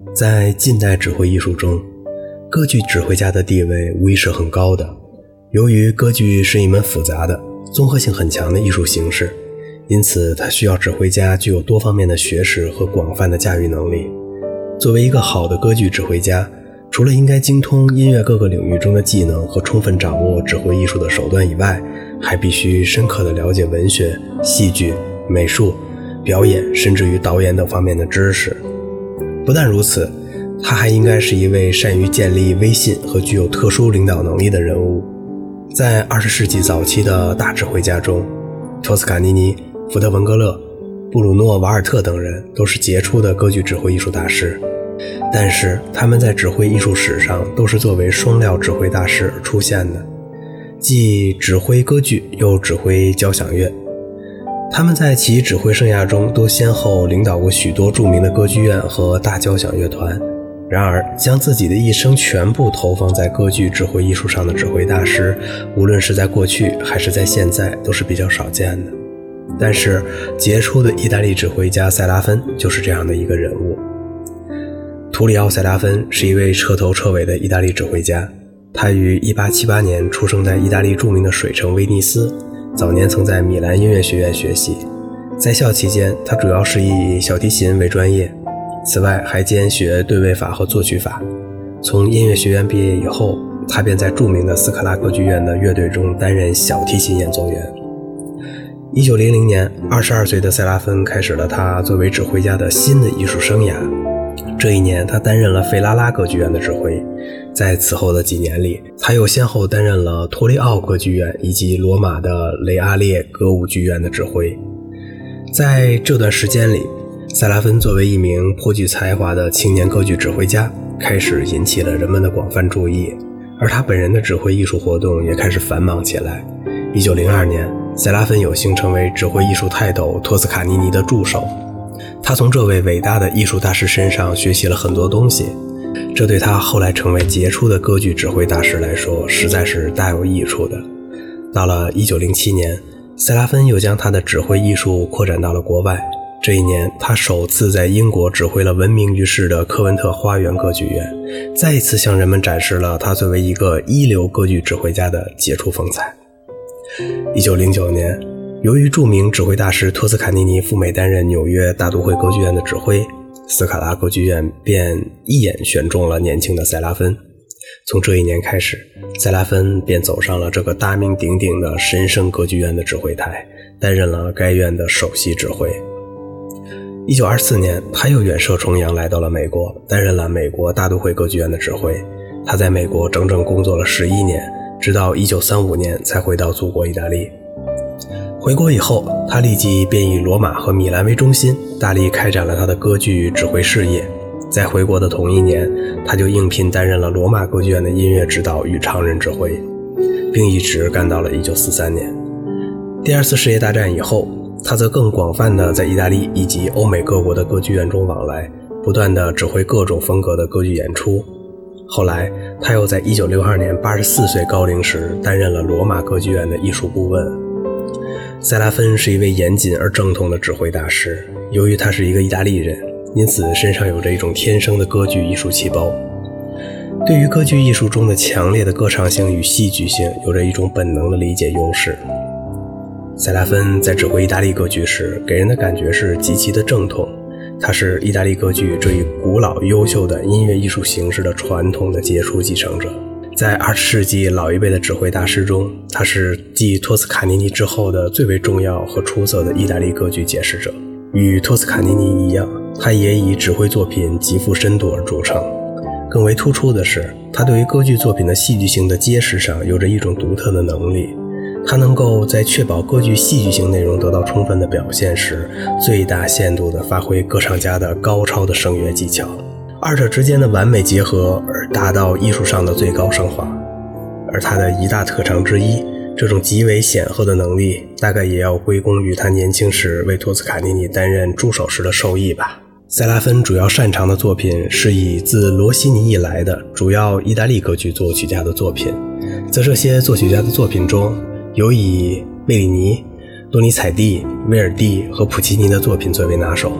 在近代指挥艺术中，歌剧指挥家的地位无疑是很高的。由于歌剧是一门复杂的、综合性很强的艺术形式，因此它需要指挥家具有多方面的学识和广泛的驾驭能力。作为一个好的歌剧指挥家，除了应该精通音乐各个领域中的技能和充分掌握指挥艺术的手段以外，还必须深刻地了解文学、戏剧、美术、表演，甚至于导演等方面的知识。不但如此，他还应该是一位善于建立威信和具有特殊领导能力的人物。在20世纪早期的大指挥家中，托斯卡尼尼、福特文格勒、布鲁诺·瓦尔特等人都是杰出的歌剧指挥艺术大师，但是他们在指挥艺术史上都是作为双料指挥大师而出现的，既指挥歌剧又指挥交响乐。他们在其指挥生涯中都先后领导过许多著名的歌剧院和大交响乐团。然而，将自己的一生全部投放在歌剧指挥艺术上的指挥大师，无论是在过去还是在现在，都是比较少见的。但是，杰出的意大利指挥家塞拉芬就是这样的一个人物。图里奥·塞拉芬是一位彻头彻尾的意大利指挥家，他于1878年出生在意大利著名的水城威尼斯，早年曾在米兰音乐学院学习。在校期间，他主要是以小提琴为专业，此外还兼学对位法和作曲法。从音乐学院毕业以后，他便在著名的斯卡拉歌剧院的乐队中担任小提琴演奏员。1900年，22岁的塞拉芬开始了他作为指挥家的新的艺术生涯。这一年，他担任了费拉拉歌剧院的指挥。在此后的几年里，他又先后担任了托利奥歌剧院以及罗马的雷阿列歌舞剧院的指挥。在这段时间里，塞拉芬作为一名颇具才华的青年歌剧指挥家，开始引起了人们的广泛注意，而他本人的指挥艺术活动也开始繁忙起来。1902年，塞拉芬有幸成为指挥艺术泰斗托斯卡尼尼的助手。他从这位伟大的艺术大师身上学习了很多东西，这对他后来成为杰出的歌剧指挥大师来说实在是大有益处的。到了1907年，塞拉芬又将他的指挥艺术扩展到了国外。这一年，他首次在英国指挥了闻名于世的科文特花园歌剧院，再一次向人们展示了他作为一个一流歌剧指挥家的杰出风采。1909年，由于著名指挥大师托斯卡尼尼赴美担任纽约大都会歌剧院的指挥，斯卡拉歌剧院便一眼选中了年轻的塞拉芬。从这一年开始，塞拉芬便走上了这个大名鼎鼎的神圣歌剧院的指挥台，担任了该院的首席指挥。1924年，他又远涉重洋来到了美国，担任了美国大都会歌剧院的指挥。他在美国整整工作了11年，直到1935年才回到祖国意大利。回国以后，他立即便以罗马和米兰为中心，大力开展了他的歌剧指挥事业。在回国的同一年，他就应聘担任了罗马歌剧院的音乐指导与常任指挥，并一直干到了1943年。第二次世界大战以后，他则更广泛地在意大利以及欧美各国的歌剧院中往来，不断地指挥各种风格的歌剧演出。后来，他又在1962年84岁高龄时担任了罗马歌剧院的艺术顾问。塞拉芬是一位严谨而正统的指挥大师，由于他是一个意大利人，因此身上有着一种天生的歌剧艺术细胞。对于歌剧艺术中的强烈的歌唱性与戏剧性有着一种本能的理解优势。塞拉芬在指挥意大利歌剧时，给人的感觉是极其的正统，他是意大利歌剧这一古老优秀的音乐艺术形式的传统的杰出继承者。在20世纪老一辈的指挥大师中，他是继托斯卡尼尼之后的最为重要和出色的意大利歌剧解释者。与托斯卡尼尼一样，他也以指挥作品极富深度而著称。更为突出的是，他对于歌剧作品的戏剧性的揭示上有着一种独特的能力。他能够在确保歌剧戏剧性内容得到充分的表现时，最大限度地发挥歌唱家的高超的声乐技巧，二者之间的完美结合而达到艺术上的最高升华。而他的一大特长之一，这种极为显赫的能力，大概也要归功于他年轻时为托斯卡尼尼担任助手时的受益吧。塞拉芬主要擅长的作品是以自罗西尼以来的主要意大利歌剧作曲家的作品，在这些作曲家的作品中，有以贝里尼、多尼采蒂、威尔第和普奇尼的作品最为拿手。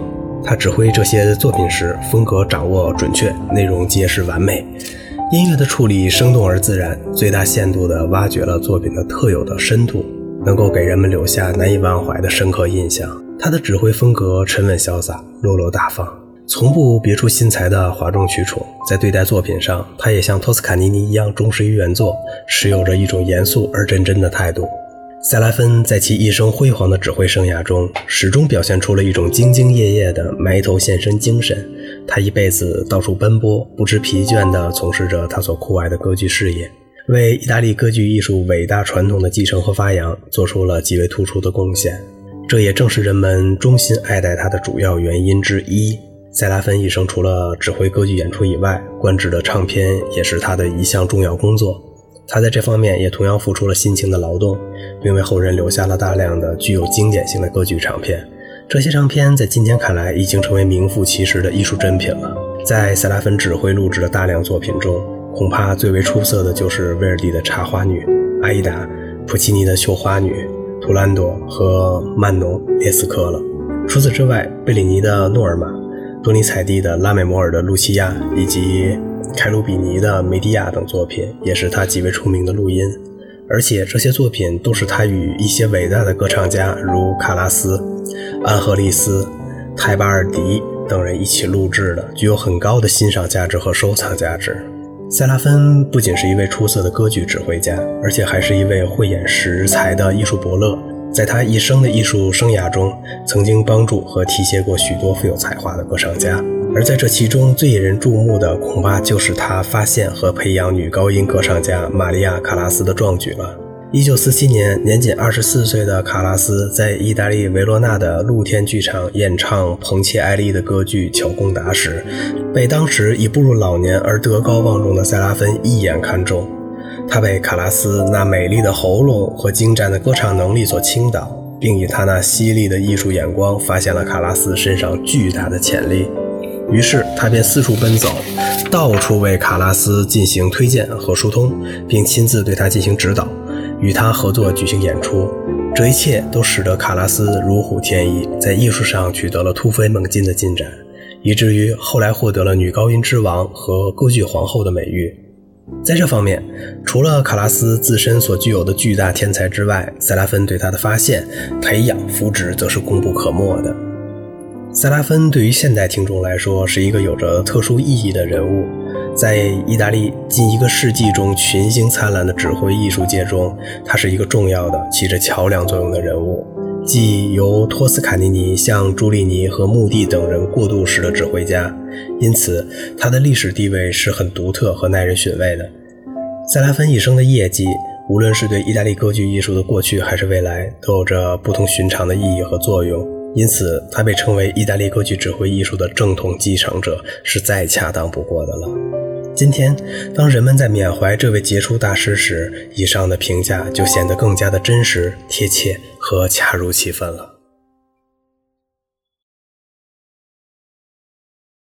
他指挥这些作品时，风格掌握准确，内容结实完美，音乐的处理生动而自然，最大限度地挖掘了作品的特有的深度，能够给人们留下难以忘怀的深刻印象。他的指挥风格沉稳潇洒，落落大方，从不别出心裁的哗众取宠。在对待作品上，他也像托斯卡尼尼一样忠实于原作，持有着一种严肃而认真的态度。塞拉芬在其一生辉煌的指挥生涯中，始终表现出了一种兢兢业业的埋头献身精神。他一辈子到处奔波，不知疲倦地从事着他所酷爱的歌剧事业，为意大利歌剧艺术伟大传统的继承和发扬做出了极为突出的贡献。这也正是人们衷心爱戴他的主要原因之一。塞拉芬一生除了指挥歌剧演出以外，灌制的唱片也是他的一项重要工作。他在这方面也同样付出了辛勤的劳动，并为后人留下了大量的具有经典性的歌剧唱片。这些唱片在今天看来已经成为名副其实的艺术珍品了。在塞拉芬指挥录制的大量作品中，恐怕最为出色的就是威尔第的《茶花女》、阿依达、普契尼的《绣花女》、图兰朵和曼农列斯科了。除此之外，贝里尼的《诺尔玛》、多尼采蒂的《拉美摩尔的露西亚》以及凯鲁比尼的《梅迪亚》等作品也是他极为出名的录音，而且这些作品都是他与一些伟大的歌唱家如卡拉斯、安赫利斯、泰巴尔迪等人一起录制的，具有很高的欣赏价值和收藏价值。塞拉芬不仅是一位出色的歌剧指挥家，而且还是一位慧眼识才的艺术伯乐。在他一生的艺术生涯中，曾经帮助和提携过许多富有才华的歌唱家，而在这其中最引人注目的恐怕就是他发现和培养女高音歌唱家玛利亚·卡拉斯的壮举了。1947年，年仅24岁的卡拉斯在意大利维罗纳的露天剧场演唱彭切埃利的歌剧《乔贡达》时，被当时已步入老年而德高望重的塞拉芬一眼看中。他被卡拉斯那美丽的喉咙和精湛的歌唱能力所倾倒，并以他那犀利的艺术眼光发现了卡拉斯身上巨大的潜力。于是他便四处奔走，到处为卡拉斯进行推荐和疏通，并亲自对他进行指导，与他合作举行演出。这一切都使得卡拉斯如虎添翼，在艺术上取得了突飞猛进的进展，以至于后来获得了女高音之王和歌剧皇后的美誉。在这方面，除了卡拉斯自身所具有的巨大天才之外，塞拉芬对他的发现、培养、扶植则是功不可没的。塞拉芬对于现代听众来说是一个有着特殊意义的人物，在意大利近一个世纪中群星灿烂的指挥艺术界中，他是一个重要的起着桥梁作用的人物，既由托斯卡尼尼向朱利尼和穆蒂等人过渡式的指挥家，因此他的历史地位是很独特和耐人寻味的。塞拉芬一生的业绩，无论是对意大利歌剧艺术的过去还是未来，都有着不同寻常的意义和作用，因此他被称为意大利歌剧指挥艺术的正统继承者是再恰当不过的了。今天当人们在缅怀这位杰出大师时，以上的评价就显得更加的真实、贴切和恰如其分了。